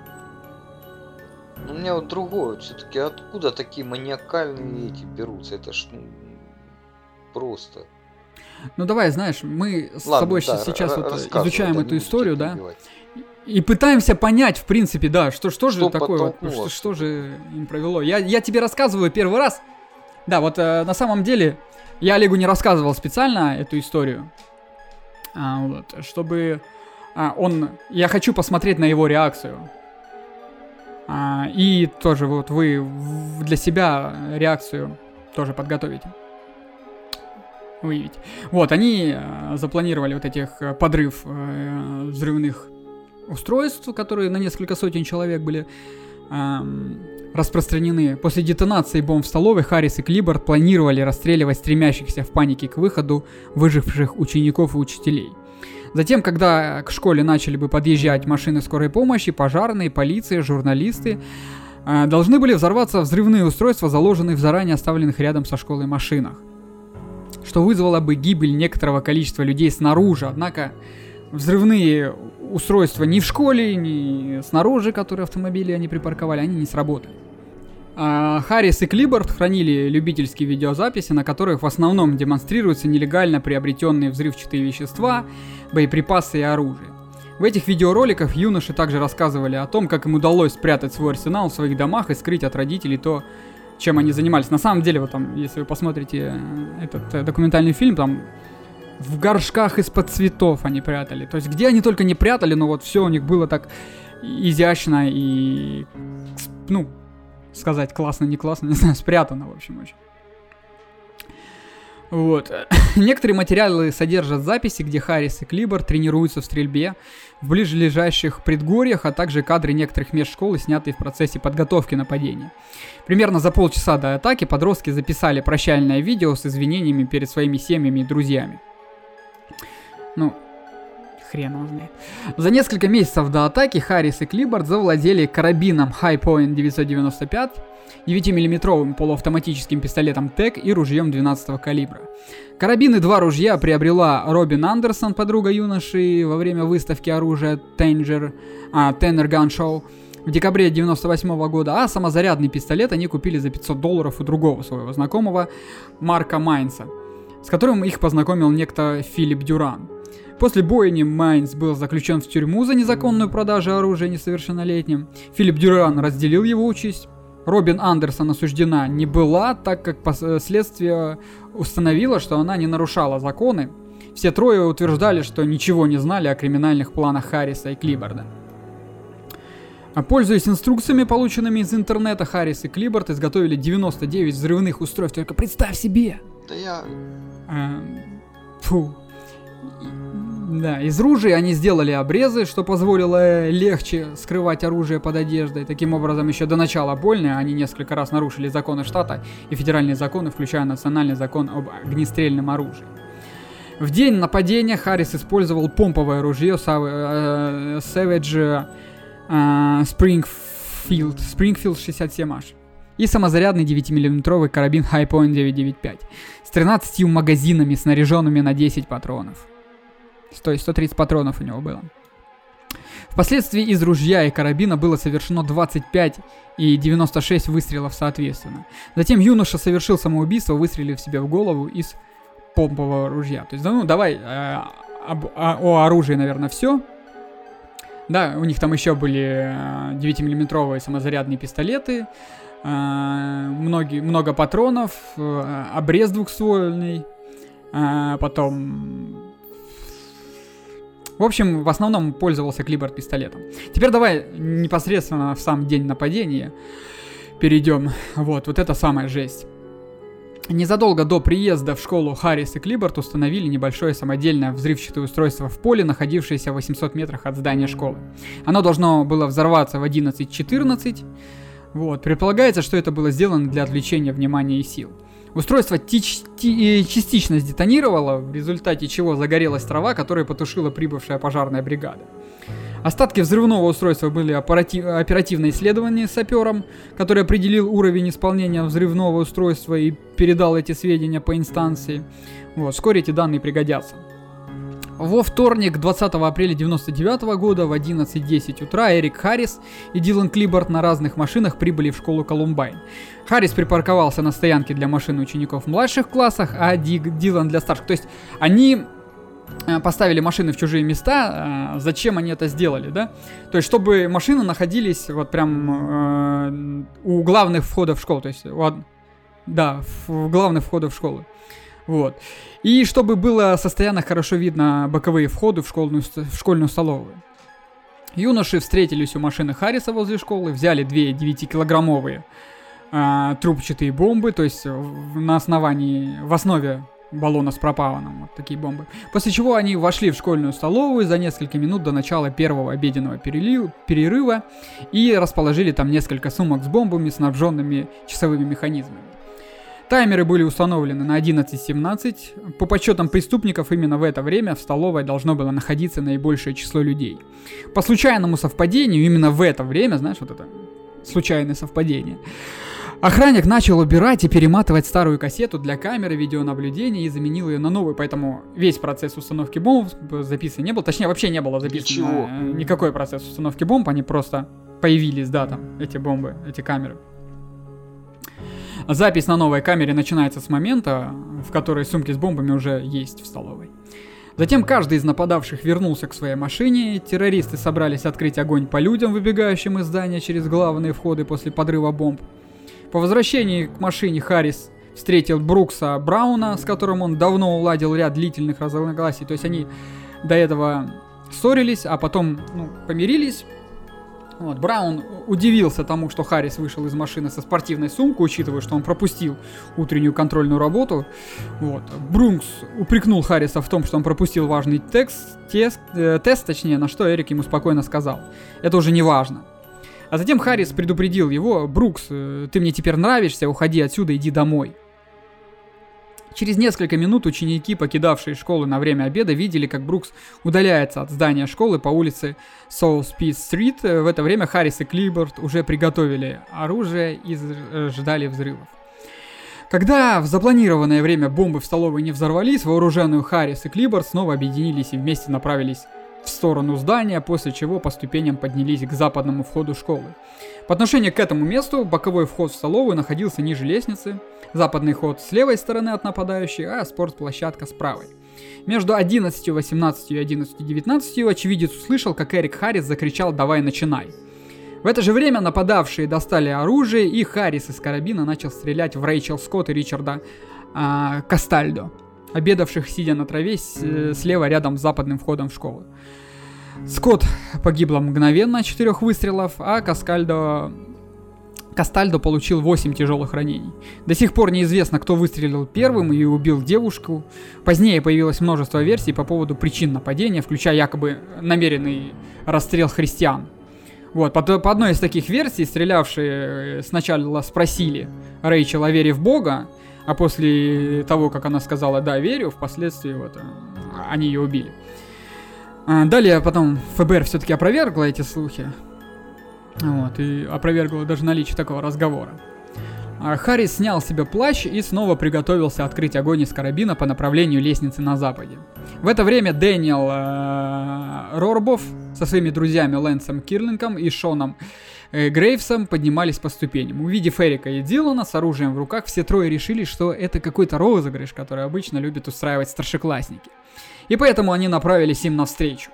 У меня вот другое, все-таки откуда такие маниакальные эти берутся? Это ж ну, просто. Ну давай, знаешь, мы с Ладно, тобой да, сейчас вот изучаем да, эту историю, да, и пытаемся понять, в принципе, да, что, что, что же такое, что, что же им провело. Я, я тебе рассказываю первый раз. Да, вот э, на самом деле я Олегу не рассказывал специально эту историю, а, вот, чтобы а, он, я хочу посмотреть на его реакцию. А, и тоже вот вы для себя реакцию тоже подготовите. Выявить. Вот, они э, запланировали вот этих э, подрыв э, взрывных устройств, которые на несколько сотен человек были э, распространены. После детонации бомб в столовой Харрис и Клиборд планировали расстреливать стремящихся в панике к выходу выживших учеников и учителей. Затем, когда к школе начали бы подъезжать машины скорой помощи, пожарные, полиция, журналисты, э, должны были взорваться взрывные устройства, заложенные в заранее оставленных рядом со школой машинах, что вызвало бы гибель некоторого количества людей снаружи. Однако взрывные устройства ни в школе, ни снаружи, которые автомобили они припарковали, они не сработали. А Харрис и Клиборд хранили любительские видеозаписи, на которых в основном демонстрируются нелегально приобретенные взрывчатые вещества, боеприпасы и оружие. В этих видеороликах юноши также рассказывали о том, как им удалось спрятать свой арсенал в своих домах и скрыть от родителей то, чем они занимались. На самом деле, вот там, если вы посмотрите этот э, документальный фильм, там в горшках из-под цветов они прятали. То есть где они только не прятали, но вот все у них было так изящно и, ну, сказать классно, не классно, не знаю, спрятано, в общем, очень. Вот. Некоторые материалы содержат записи, где Харрис и Клиборд тренируются в стрельбе в ближайших предгорьях, а также кадры некоторых мест школы, снятые в процессе подготовки нападения. Примерно за полчаса до атаки подростки записали прощальное видео с извинениями перед своими семьями и друзьями. Ну, хрен его знает. За несколько месяцев до атаки Харрис и Клиборд завладели карабином Hi-Point девятьсот девяносто пять, девятимиллиметровым полуавтоматическим пистолетом Тек и ружьем двенадцатого калибра. Карабин и два ружья приобрела Робин Андерсон, подруга юноши, во время выставки оружия Tanger, а, Tanner Gun Show в декабре девяносто восьмого года, а самозарядный пистолет они купили за пятьсот долларов у другого своего знакомого Марка Майнса, с которым их познакомил некто Филипп Дюран. После бойни Майнс был заключен в тюрьму за незаконную продажу оружия несовершеннолетним. Филипп Дюран разделил его участь. Робин Андерсон осуждена не была, так как следствие установило, что она не нарушала законы. Все трое утверждали, что ничего не знали о криминальных планах Харриса и Клиборда. Пользуясь инструкциями, полученными из интернета, Харрис и Клиборд изготовили девяносто девять взрывных устройств. Только представь себе! Да я... А, фу. Да, из ружей они сделали обрезы, что позволило легче скрывать оружие под одеждой. Таким образом, еще до начала бойни они несколько раз нарушили законы штата и федеральные законы, включая национальный закон об огнестрельном оружии. В день нападения Харрис использовал помповое ружье Savage Springfield, Springfield шестьдесят семь аш и самозарядный девятимиллиметровый карабин Hi-Point девятьсот девяносто пять с тринадцатью магазинами, снаряженными на десять патронов. То есть сто тридцать патронов у него было. Впоследствии из ружья и карабина было совершено двадцать пять и девяносто шесть выстрелов соответственно. Затем юноша совершил самоубийство, выстрелив себе в голову из помпового ружья. То есть, ну, давай э, об, о, о оружии, наверное, все. Да, у них там еще были э, девятимиллиметровые самозарядные пистолеты, э, многие, много патронов, э, обрез двухствольный, э, потом... В общем, в основном пользовался Клиборд пистолетом. Теперь давай непосредственно в сам день нападения перейдем. Вот, вот это самая жесть. Незадолго до приезда в школу Харрис и Клиборт установили небольшое самодельное взрывчатое устройство в поле, находившееся в восьмистах метрах от здания школы. Оно должно было взорваться в одиннадцать четырнадцать. Вот. Предполагается, что это было сделано для отвлечения внимания и сил. Устройство тич- ти- частично сдетонировало, в результате чего загорелась трава, которую потушила прибывшая пожарная бригада. Остатки взрывного устройства были оператив- оперативно исследованы сапером, который определил уровень исполнения взрывного устройства и передал эти сведения по инстанции. Вот, вскоре эти данные пригодятся. Во вторник, двадцатого апреля девяносто девятого года, в одиннадцать десять утра, Эрик Харрис и Дилан Клиборт на разных машинах прибыли в школу Колумбайн. Харрис припарковался на стоянке для машин учеников в младших классах, а Дик, Дилан для старших. То есть они поставили машины в чужие места. Зачем они это сделали, да? То есть, чтобы машины находились вот прям э, у главных входов в школу. То есть, у, да, в главных входов в школу. Вот. И чтобы было со стоянок хорошо видно боковые входы в школьную, в школьную столовую. Юноши встретились у машины Харриса возле школы, взяли две девятикилограммовые э, трубчатые бомбы, то есть в, на основании, в основе баллона с пропаваном, вот такие бомбы. После чего они вошли в школьную столовую за несколько минут до начала первого обеденного перелив, перерыва и расположили там несколько сумок с бомбами, снабженными часовыми механизмами. Таймеры были установлены на одиннадцать семнадцать. По подсчетам преступников, именно в это время в столовой должно было находиться наибольшее число людей. По случайному совпадению, именно в это время, знаешь, вот это случайное совпадение, охранник начал убирать и перематывать старую кассету для камеры видеонаблюдения и заменил ее на новую, поэтому весь процесс установки бомб записан не был, точнее вообще не было записано никакой процесс установки бомб, они просто появились, да, там, эти бомбы, эти камеры. Запись на новой камере начинается с момента, в которой сумки с бомбами уже есть в столовой. Затем каждый из нападавших вернулся к своей машине, террористы собрались открыть огонь по людям, выбегающим из здания через главные входы после подрыва бомб. По возвращении к машине Харрис встретил Брукса Брауна, с которым он давно уладил ряд длительных разногласий. То есть они до этого ссорились, а потом ну, помирились. Вот, Браун удивился тому, что Харрис вышел из машины со спортивной сумкой, учитывая, что он пропустил утреннюю контрольную работу. Вот. Брукс упрекнул Харриса в том, что он пропустил важный текст, тест, э, тест, точнее, на что Эрик ему спокойно сказал: это уже не важно. А затем Харрис предупредил его: Брукс, ты мне теперь нравишься, уходи отсюда, иди домой. Через несколько минут ученики, покидавшие школу на время обеда, видели, как Брукс удаляется от здания школы по улице Соус-Пит-стрит. В это время Харрис и Клиборт уже приготовили оружие и ждали взрывов. Когда в запланированное время бомбы в столовой не взорвались, вооруженные Харрис и Клиборт снова объединились и вместе направились в сторону здания, после чего по ступеням поднялись к западному входу школы. По отношению к этому месту боковой вход в столовую находился ниже лестницы, западный ход с левой стороны от нападающей, а спортплощадка с правой. Между одиннадцатью восемнадцатью и одиннадцатью девятнадцатью очевидец услышал, как Эрик Харрис закричал: «Давай, начинай!». В это же время нападавшие достали оружие, и Харрис из карабина начал стрелять в Рэйчел Скотт и Ричарда а, Кастальдо, обедавших сидя на траве с, слева рядом с западным входом в школу. Скотт погибла мгновенно от четырех выстрелов, а Каскальдо... Кастальдо получил восемь тяжелых ранений. До сих пор неизвестно, кто выстрелил первым и убил девушку. Позднее появилось множество версий по поводу причин нападения, включая якобы намеренный расстрел христиан. Вот, по, по одной из таких версий, стрелявшие сначала спросили Рэйчел о вере в Бога, а после того, как она сказала «да, верю», впоследствии вот, они ее убили. Далее потом ФБР все-таки опровергло эти слухи. Вот, и опровергло даже наличие такого разговора. Харрис снял с себя плащ и снова приготовился открыть огонь из карабина по направлению лестницы на западе. В это время Дэниел э, Рорбов со своими друзьями Лэнсом Кирлингом и Шоном э, Грейвсом поднимались по ступеням. Увидев Эрика и Дилана с оружием в руках, все трое решили, что это какой-то розыгрыш, который обычно любят устраивать старшеклассники. И поэтому они направились им навстречу.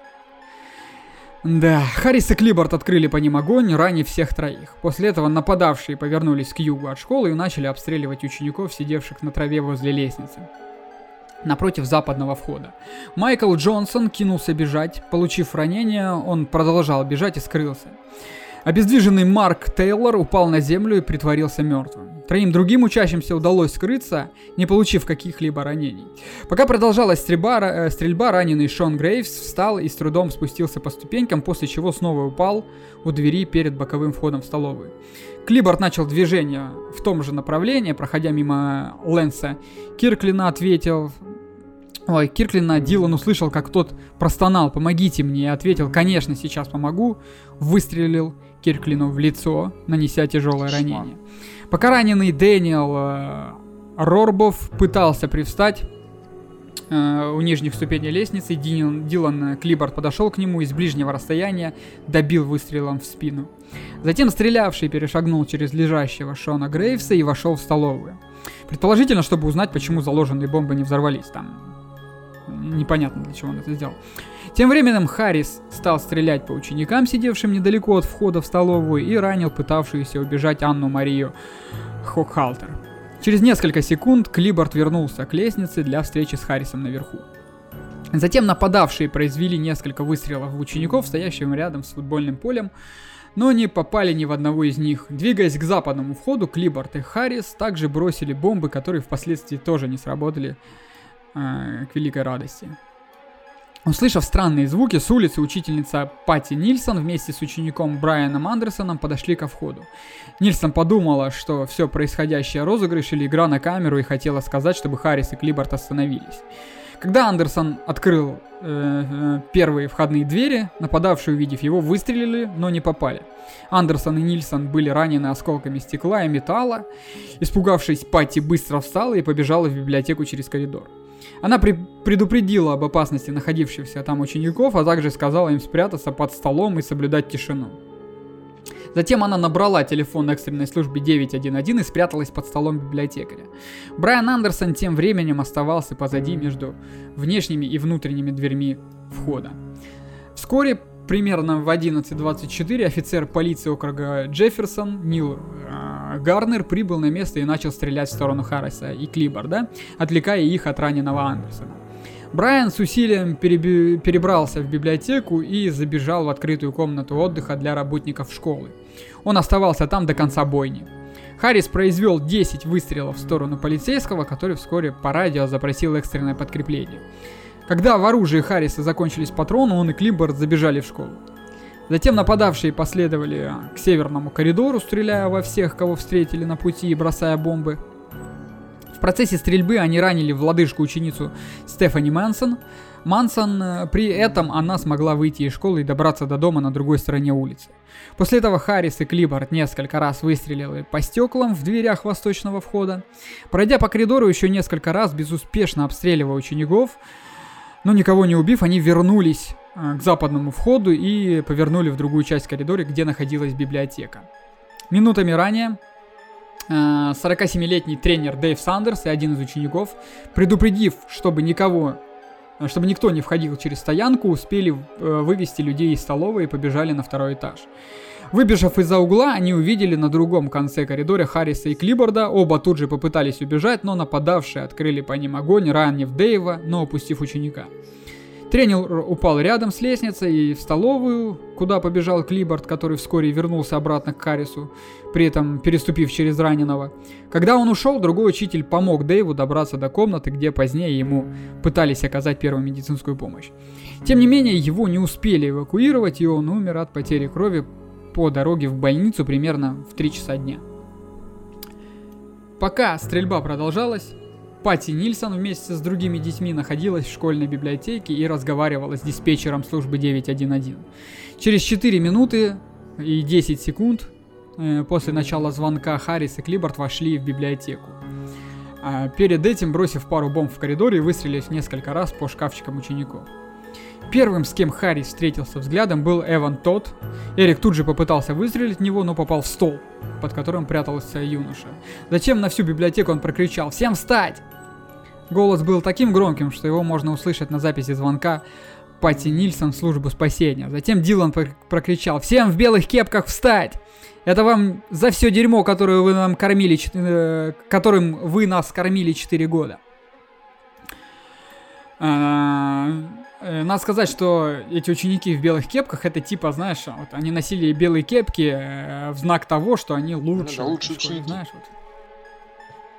Да, Харрис и Клиборт открыли по ним огонь, ранив всех троих. После этого нападавшие повернулись к югу от школы и начали обстреливать учеников, сидевших на траве возле лестницы, напротив западного входа. Майкл Джонсон кинулся бежать. Получив ранение, он продолжал бежать и скрылся. Обездвиженный Марк Тейлор упал на землю и притворился мертвым. Троим другим учащимся удалось скрыться, не получив каких-либо ранений. Пока продолжалась стрельба, э, стрельба, раненый Шон Грейвс встал и с трудом спустился по ступенькам, после чего снова упал у двери перед боковым входом в столовую. Клибборд начал движение в том же направлении, проходя мимо Лэнса Кирклина, ответил... Ой, Кирклина Дилан услышал, как тот простонал «помогите мне» и ответил «конечно, сейчас помогу», выстрелил Кирклину в лицо, нанеся тяжелое ранение. Пока раненый Дэниел э, Рорбов пытался привстать э, у нижних ступеней лестницы, Дилан, Дилан Клибборд подошел к нему и с ближнего расстояния добил выстрелом в спину. Затем стрелявший перешагнул через лежащего Шона Грейвса и вошел в столовую. Предположительно, чтобы узнать, почему заложенные бомбы не взорвались там. Непонятно, для чего он это сделал. Тем временем Харрис стал стрелять по ученикам, сидевшим недалеко от входа в столовую, и ранил пытавшуюся убежать Анну Марию Хокхалтер. Через несколько секунд Клибборд вернулся к лестнице для встречи с Харрисом наверху. Затем нападавшие произвели несколько выстрелов в учеников, стоящих рядом с футбольным полем, но не попали ни в одного из них. Двигаясь к западному входу, Клибборд и Харрис также бросили бомбы, которые впоследствии тоже не сработали э, к великой радости. Услышав странные звуки, с улицы учительница Патти Нильсон вместе с учеником Брайаном Андерсоном подошли ко входу. Нильсон подумала, что все происходящее розыгрыш или игра на камеру, и хотела сказать, чтобы Харрис и Клибборд остановились. Когда Андерсон открыл э, э, первые входные двери, нападавшие, увидев его, выстрелили, но не попали. Андерсон и Нильсон были ранены осколками стекла и металла. Испугавшись, Патти быстро встала и побежала в библиотеку через коридор. Она при- предупредила об опасности находившихся там учеников, а также сказала им спрятаться под столом и соблюдать тишину. Затем она набрала телефон экстренной службы девять один один и спряталась под столом библиотекаря. Брайан Андерсон тем временем оставался позади между внешними и внутренними дверьми входа. Вскоре, примерно в одиннадцать двадцать четыре, офицер полиции округа Джефферсон Нил э, Гарнер прибыл на место и начал стрелять в сторону Харриса и Клибборда, отвлекая их от раненого Андерсона. Брайан с усилием переби- перебрался в библиотеку и забежал в открытую комнату отдыха для работников школы. Он оставался там до конца бойни. Харрис произвел десять выстрелов в сторону полицейского, который вскоре по радио запросил экстренное подкрепление. Когда в оружии Харриса закончились патроны, он и Клибборд забежали в школу. Затем нападавшие последовали к северному коридору, стреляя во всех, кого встретили на пути, и бросая бомбы. В процессе стрельбы они ранили в лодыжку ученицу Стефани Мэнсон. Мансон, при этом она смогла выйти из школы и добраться до дома на другой стороне улицы. После этого Харрис и Клибборд несколько раз выстрелили по стеклам в дверях восточного входа. Пройдя по коридору еще несколько раз, безуспешно обстреливая учеников, но никого не убив, они вернулись к западному входу и повернули в другую часть коридора, где находилась библиотека. Минутами ранее сорокасемилетний тренер Дэйв Сандерс и один из учеников, предупредив, чтобы никого, чтобы никто не входил через стоянку, успели вывести людей из столовой и побежали на второй этаж. Выбежав из-за угла, они увидели на другом конце коридора Харриса и Клибборда. Оба тут же попытались убежать, но нападавшие открыли по ним огонь, ранив Дэйва, но упустив ученика. Тренер упал рядом с лестницей и в столовую, куда побежал Клибборд, который вскоре вернулся обратно к Харрису, при этом переступив через раненого. Когда он ушел, другой учитель помог Дэйву добраться до комнаты, где позднее ему пытались оказать первую медицинскую помощь. Тем не менее, его не успели эвакуировать, и он умер от потери крови по дороге в больницу примерно в три часа дня. Пока стрельба продолжалась, Патти Нильсон вместе с другими детьми находилась в школьной библиотеке и разговаривала с диспетчером службы девять один один. Через четыре минуты и десять секунд э, после начала звонка Харрис и Клибборд вошли в библиотеку. А перед этим бросив пару бомб в коридоре и выстрелив несколько раз по шкафчикам учеников. Первым, с кем Харрис встретился взглядом, был Эван Тодд. Эрик тут же попытался выстрелить в него, но попал в стол, под которым прятался юноша. Затем на всю библиотеку он прокричал «Всем встать!». Голос был таким громким, что его можно услышать на записи звонка Патти Нильсон в службу спасения. Затем Дилан прокричал «Всем в белых кепках встать! Это вам за все дерьмо, которое вы нам кормили, э, которым вы нас кормили четыре года». Надо сказать, что эти ученики в белых кепках, это типа, знаешь, вот они носили белые кепки э, в знак того, что они лучше. Да, лучшие ученики. Знаешь, вот.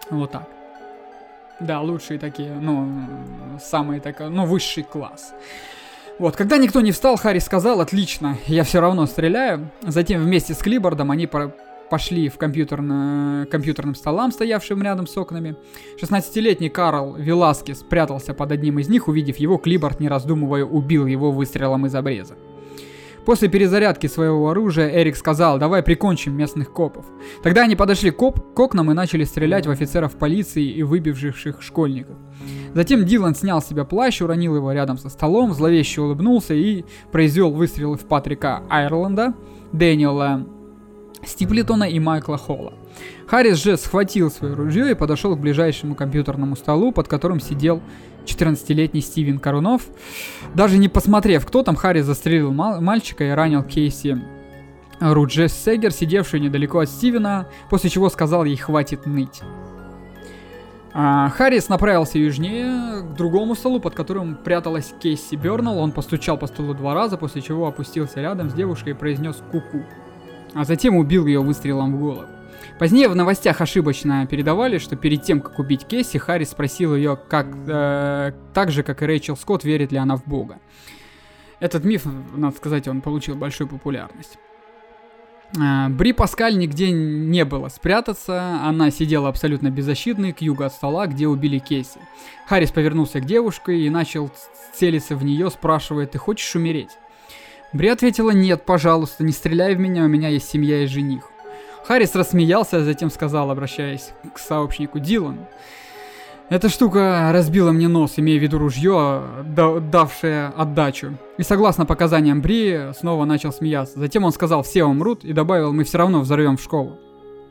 Вот так. Да, лучшие такие, ну, самые такие, ну, высший класс. Вот, когда никто не встал, Харрис сказал: отлично, я все равно стреляю. Затем вместе с Клиббардом они по- пошли в компьютерно- компьютерным столам, стоявшим рядом с окнами. шестнадцатилетний Карл Веласкес прятался под одним из них. Увидев его, Клиббард, не раздумывая, убил его выстрелом из обреза. После перезарядки своего оружия Эрик сказал: давай прикончим местных копов. Тогда они подошли к, оп- к окнам и начали стрелять в офицеров полиции и выбежавших школьников. Затем Дилан снял с себя плащ, уронил его рядом со столом, зловеще улыбнулся и произвел выстрелы в Патрика Айрланда, Дэниела Стиплитона и Майкла Холла. Харрис же схватил свое ружье и подошел к ближайшему компьютерному столу, под которым сидел четырнадцатилетний Стивен Корунов. Даже не посмотрев, кто там, Харрис застрелил мал- мальчика и ранил Кейси Руджессегер, сидевшую недалеко от Стивена, после чего сказал ей: хватит ныть. А, Харрис направился южнее, к другому столу, под которым пряталась Кейси Бёрнелл. Он постучал по столу два раза, после чего опустился рядом с девушкой и произнес «ку-ку», а затем убил ее выстрелом в голову. Позднее в новостях ошибочно передавали, что перед тем, как убить Кейси, Харрис спросил ее, как, э, так же, как и Рэйчел Скотт, верит ли она в Бога. Этот миф, надо сказать, он получил большую популярность. Э, Бри Паскаль нигде не было спрятаться, она сидела абсолютно беззащитной к югу от стола, где убили Кейси. Харрис повернулся к девушке и начал целиться в нее, спрашивая: «Ты хочешь умереть?» Бри ответила: «Нет, пожалуйста, не стреляй в меня, у меня есть семья и жених». Харрис рассмеялся, а затем сказал, обращаясь к сообщнику: «Дилан, эта штука разбила мне нос, имея в виду ружье, давшее отдачу». И согласно показаниям Бри, снова начал смеяться. Затем он сказал: «Все умрут», и добавил: «Мы все равно взорвем в школу».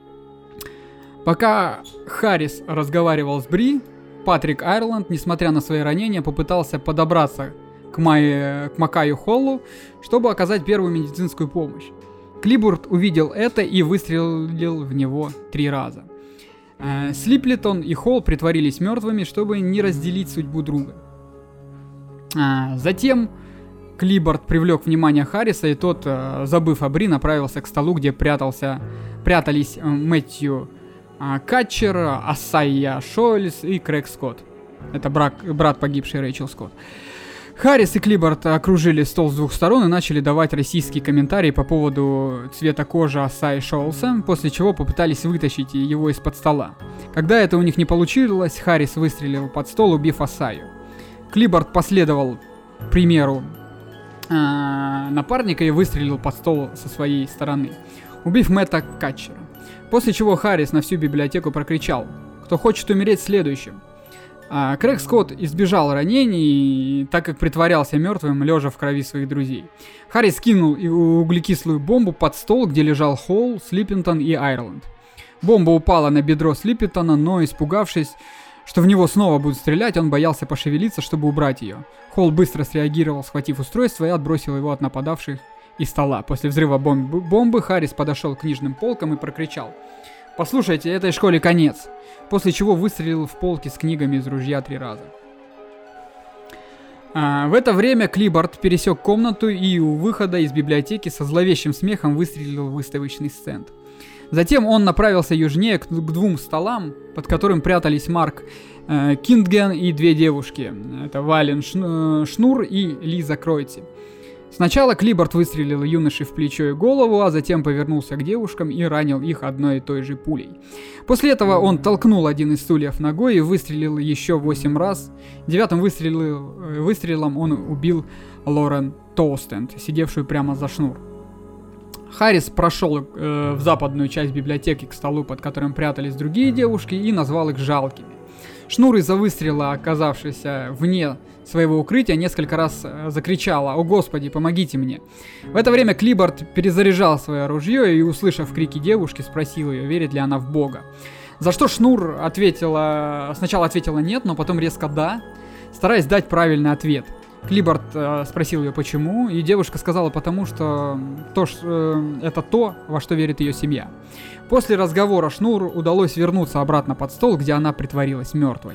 Пока Харрис разговаривал с Бри, Патрик Айрланд, несмотря на свои ранения, попытался подобраться к, Май... к Макаю Холлу, чтобы оказать первую медицинскую помощь. Клиббард увидел это и выстрелил в него три раза. Э, Слиплитон и Холл притворились мертвыми, чтобы не разделить судьбу друга. Э, затем Клиббард привлек внимание Харриса, и тот, э, забыв о Бри, направился к столу, где прятался, прятались э, Мэтью э, Катчер, Асайя Шойлс и Крэг Скотт. Это брак, брат погибшей Рэйчел Скотт. Харрис и Клиббард окружили стол с двух сторон и начали давать российские комментарии по поводу цвета кожи Асаи Шоулса, после чего попытались вытащить его из-под стола. Когда это у них не получилось, Харрис выстрелил под стол, убив Асаю. Клиббард последовал примеру э, напарника и выстрелил под стол со своей стороны, убив Мэтта Катчера. После чего Харрис на всю библиотеку прокричал: «Кто хочет умереть следующим?». А Крэг Скотт избежал ранений, так как притворялся мертвым, лежа в крови своих друзей. Харрис кинул углекислую бомбу под стол, где лежал Холл, Слиппентон и Айрланд. Бомба упала на бедро Слиппентона, но, испугавшись, что в него снова будут стрелять, он боялся пошевелиться, чтобы убрать ее. Холл быстро среагировал, схватив устройство, и отбросил его от нападавших из стола. После взрыва бомбы, бомбы Харрис подошел к книжным полкам и прокричал: «Послушайте, этой школе конец», после чего выстрелил в полки с книгами из ружья три раза. А, в это время Клиббард пересек комнату и у выхода из библиотеки со зловещим смехом выстрелил в выставочный стенд. Затем он направился южнее к, к двум столам, под которым прятались Марк э, Киндген и две девушки. Это Вален Шнур и Лиза Кройти. Сначала Клиббард выстрелил юноше в плечо и голову, а затем повернулся к девушкам и ранил их одной и той же пулей. После этого он толкнул один из стульев ногой и выстрелил еще восемь раз. Девятым выстрелил, выстрелом он убил Лорен Толстенд, сидевшую прямо за Шнур. Харрис прошел э, в западную часть библиотеки к столу, под которым прятались другие девушки, и назвал их жалкими. Шнур из-за выстрела, оказавшийся вне своего укрытия, несколько раз закричала: «О господи, помогите мне!». В это время Клиббард перезаряжал свое ружье и, услышав крики девушки, спросил ее, верит ли она в Бога. За что Шнур ответила, сначала ответила нет, но потом резко да, стараясь дать правильный ответ. Клиббард э, спросил ее почему, и девушка сказала: потому что то, ш, э, это то, во что верит ее семья. После разговора Шнур удалось вернуться обратно под стол, где она притворилась мертвой.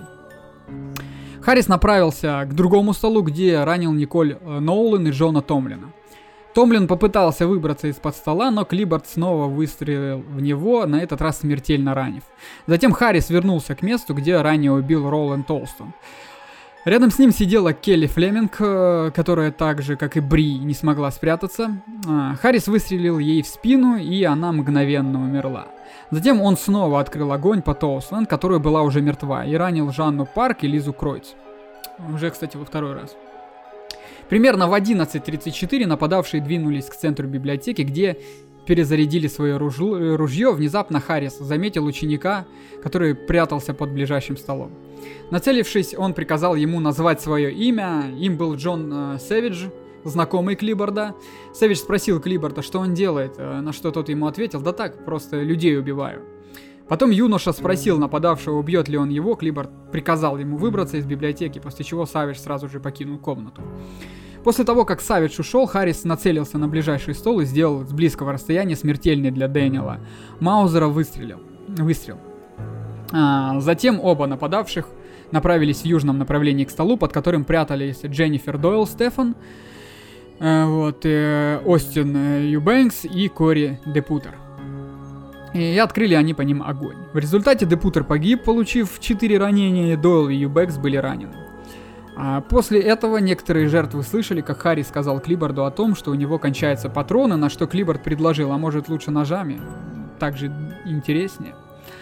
Харрис направился к другому столу, где ранил Николь Ноулен и Джона Томлина. Томлин попытался выбраться из-под стола, но Клибборд снова выстрелил в него, на этот раз смертельно ранив. Затем Харрис вернулся к месту, где ранее убил Роланд Толстон. Рядом с ним сидела Келли Флеминг, которая так же, как и Бри, не смогла спрятаться. Харрис выстрелил ей в спину, и она мгновенно умерла. Затем он снова открыл огонь по Толстон, которая была уже мертва, и ранил Жанну Парк и Лизу Кройц. Уже, кстати, во второй раз. Примерно в одиннадцать тридцать четыре нападавшие двинулись к центру библиотеки, где перезарядили свое ружье. ружье. Внезапно Харрис заметил ученика, который прятался под ближайшим столом. Нацелившись, он приказал ему назвать свое имя. Им был Джон э, Сэвидж, знакомый Клибборда. Сэвидж спросил Клибборда, что он делает, на что тот ему ответил: да так, просто людей убиваю. Потом юноша спросил нападавшего, убьет ли он его. Клибборд приказал ему выбраться из библиотеки, после чего Савидж сразу же покинул комнату. После того, как Савидж ушел, Харрис нацелился на ближайший стол и сделал с близкого расстояния смертельный для Дэниела Маузера выстрелил. выстрел. А, затем оба нападавших направились в южном направлении к столу, под которым прятались Дженнифер Дойл Стефан, э, вот, э, Остин Юбэнкс и Кори Депутер. И открыли они по ним огонь. В результате Депутер погиб, получив четыре ранения, Дойл и Юбэнкс были ранены. А после этого некоторые жертвы слышали, как Харрис сказал Клибборду о том, что у него кончаются патроны, на что Клибборд предложил: а может лучше ножами, так же интереснее.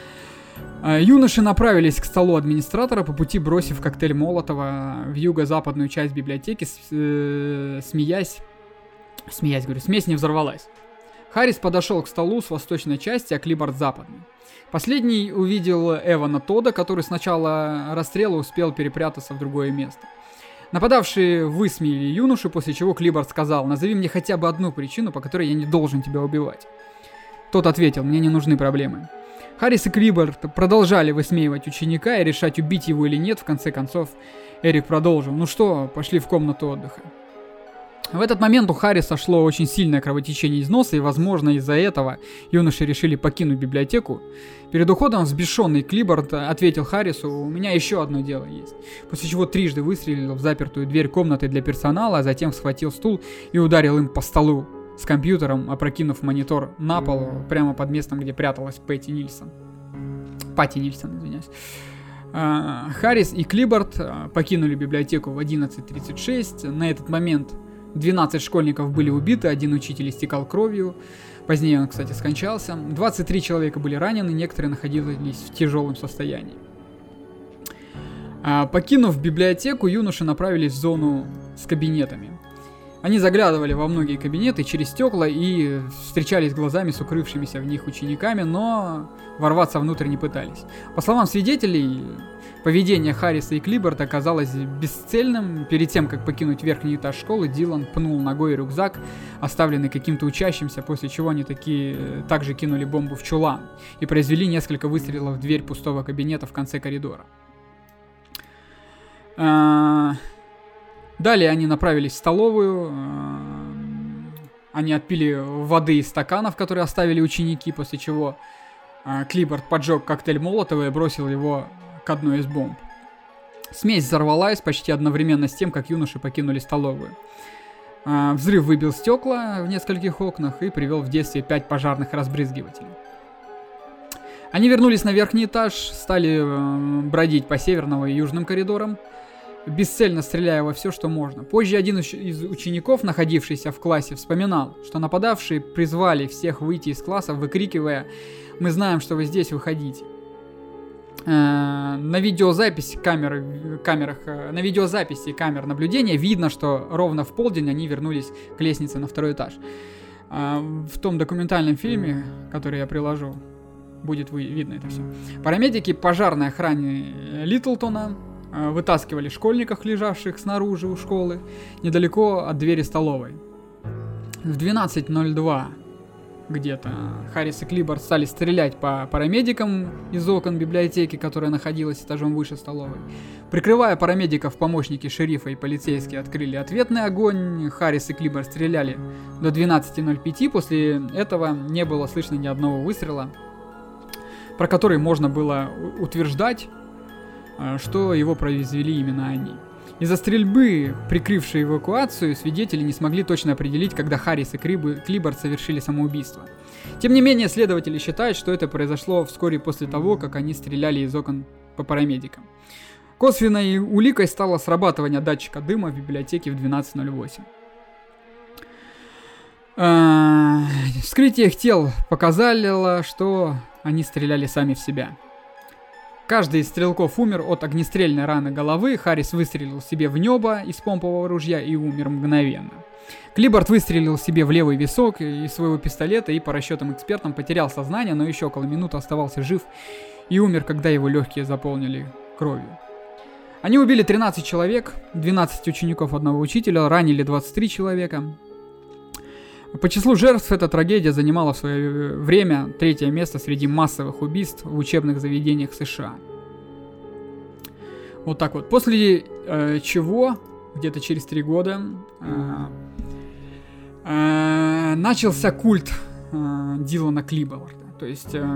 А юноши направились к столу администратора, по пути бросив коктейль Молотова в юго-западную часть библиотеки, с, э, смеясь, смеясь, говорю, смесь не взорвалась. Харрис подошел к столу с восточной части, а Клибборд западной. Последний увидел Эвана Тодда, который с начала расстрела успел перепрятаться в другое место. Нападавшие высмеяли юношу, после чего Клибборд сказал: назови мне хотя бы одну причину, по которой я не должен тебя убивать. Тот ответил: мне не нужны проблемы. Харрис и Клибборд продолжали высмеивать ученика и решать, убить его или нет. В конце концов, Эрик продолжил: ну что, пошли в комнату отдыха. В этот момент у Харриса шло очень сильное кровотечение из носа, и, возможно, из-за этого юноши решили покинуть библиотеку. Перед уходом взбешенный Клибборд ответил Харрису: у меня еще одно дело есть. После чего трижды выстрелил в запертую дверь комнаты для персонала, а затем схватил стул и ударил им по столу с компьютером, опрокинув монитор на пол прямо под местом, где пряталась Пэтти Нильсон. Патти Нильсон, извиняюсь. Харрис и Клибборд покинули библиотеку в одиннадцать тридцать шесть. На этот момент двенадцать школьников были убиты, один учитель истекал кровью. Позднее он, кстати, скончался. двадцать три человека были ранены, некоторые находились в тяжелом состоянии. Покинув библиотеку, юноши направились в зону с кабинетами. Они заглядывали во многие кабинеты через стекла и встречались глазами с укрывшимися в них учениками, но ворваться внутрь не пытались. По словам свидетелей, поведение Харриса и Клибборда оказалось бесцельным. Перед тем, как покинуть верхний этаж школы, Дилан пнул ногой рюкзак, оставленный каким-то учащимся, после чего они таки, также кинули бомбу в чулан и произвели несколько выстрелов в дверь пустого кабинета в конце коридора. Далее они направились в столовую, они отпили воды из стаканов, которые оставили ученики, после чего Клибборд поджег коктейль Молотова и бросил его к одной из бомб. Смесь взорвалась почти одновременно с тем, как юноши покинули столовую. Взрыв выбил стекла в нескольких окнах и привел в действие пять пожарных разбрызгивателей. Они вернулись на верхний этаж, стали бродить по северному и южным коридорам, бесцельно стреляя во все, что можно. Позже один из учеников, находившийся в классе, вспоминал, что нападавшие призвали всех выйти из класса, выкрикивая: «Мы знаем, что вы здесь, выходите». На видеозаписи камер, камерах, на видеозаписи камер наблюдения видно, что ровно в полдень они вернулись к лестнице на второй этаж. В том документальном фильме, который я приложу, будет видно это все. Парамедики пожарной охраны Литлтона вытаскивали школьников, лежавших снаружи у школы, недалеко от двери столовой. В двенадцать ноль два где-то Харрис и Клибборд стали стрелять по парамедикам из окон библиотеки, которая находилась этажом выше столовой. Прикрывая парамедиков, помощники шерифа и полицейские открыли ответный огонь. Харрис и Клибборд стреляли до двенадцать ноль пять, после этого не было слышно ни одного выстрела, про который можно было утверждать, что его произвели именно они. Из-за стрельбы, прикрывшей эвакуацию, свидетели не смогли точно определить, когда Харрис и Клиборд совершили самоубийство. Тем не менее, следователи считают, что это произошло вскоре после того, как они стреляли из окон по парамедикам. Косвенной уликой стало срабатывание датчика дыма в библиотеке в двенадцать ноль восемь. Вскрытие их тел показало, что они стреляли сами в себя. Каждый из стрелков умер от огнестрельной раны головы. Харрис выстрелил себе в небо из помпового ружья и умер мгновенно. Клиборд выстрелил себе в левый висок из своего пистолета и, по расчетам экспертам, потерял сознание, но еще около минуты оставался жив и умер, когда его легкие заполнили кровью. Они убили тринадцать человек, двенадцать учеников одного учителя, ранили двадцать три человека. По числу жертв эта трагедия занимала в свое время третье место среди массовых убийств в учебных заведениях США. Вот так вот. После э, чего, где-то через три года, э, э, начался культ э, Дилана Клиборда. То есть, э,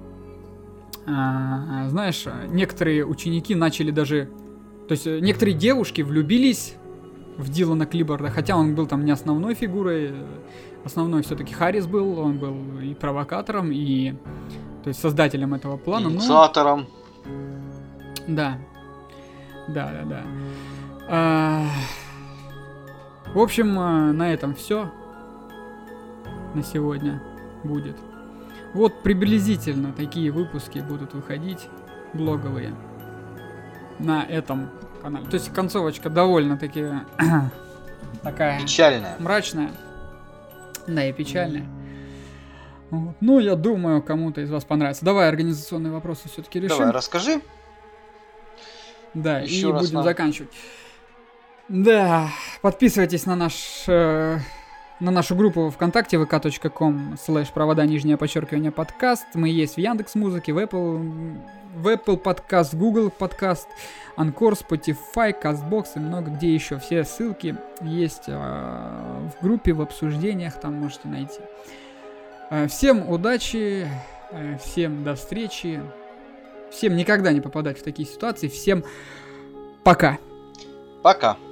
э, знаешь, некоторые ученики начали даже... То есть, некоторые девушки влюбились в Дилана Клиборда, хотя он был там не основной фигурой, основной все-таки Харрис был, он был и провокатором, и то есть создателем этого плана. Инициатором. Но... Да. Да, да, да. А... В общем, на этом все на сегодня будет. Вот приблизительно такие выпуски будут выходить, блоговые, на этом канале. То есть концовочка довольно-таки такая печальная, мрачная, да, и печальная. Вот. Ну, я думаю, кому-то из вас понравится. Давай организационные вопросы все-таки решим. Давай, расскажи. Да, еще и раз будем нам... заканчивать. Да, подписывайтесь на наш э, на нашу группу ВКонтакте вэ ка точка ком слэш провода нижнее подчеркивание подкаст. Мы есть в Яндекс.Музыке, в Apple, в Apple Podcast, Google Podcast, Anchor, Spotify, CastBox и много где еще. Все ссылки есть э, в группе, в обсуждениях, там можете найти. Э, всем удачи, э, всем до встречи, всем никогда не попадать в такие ситуации, всем пока. Пока.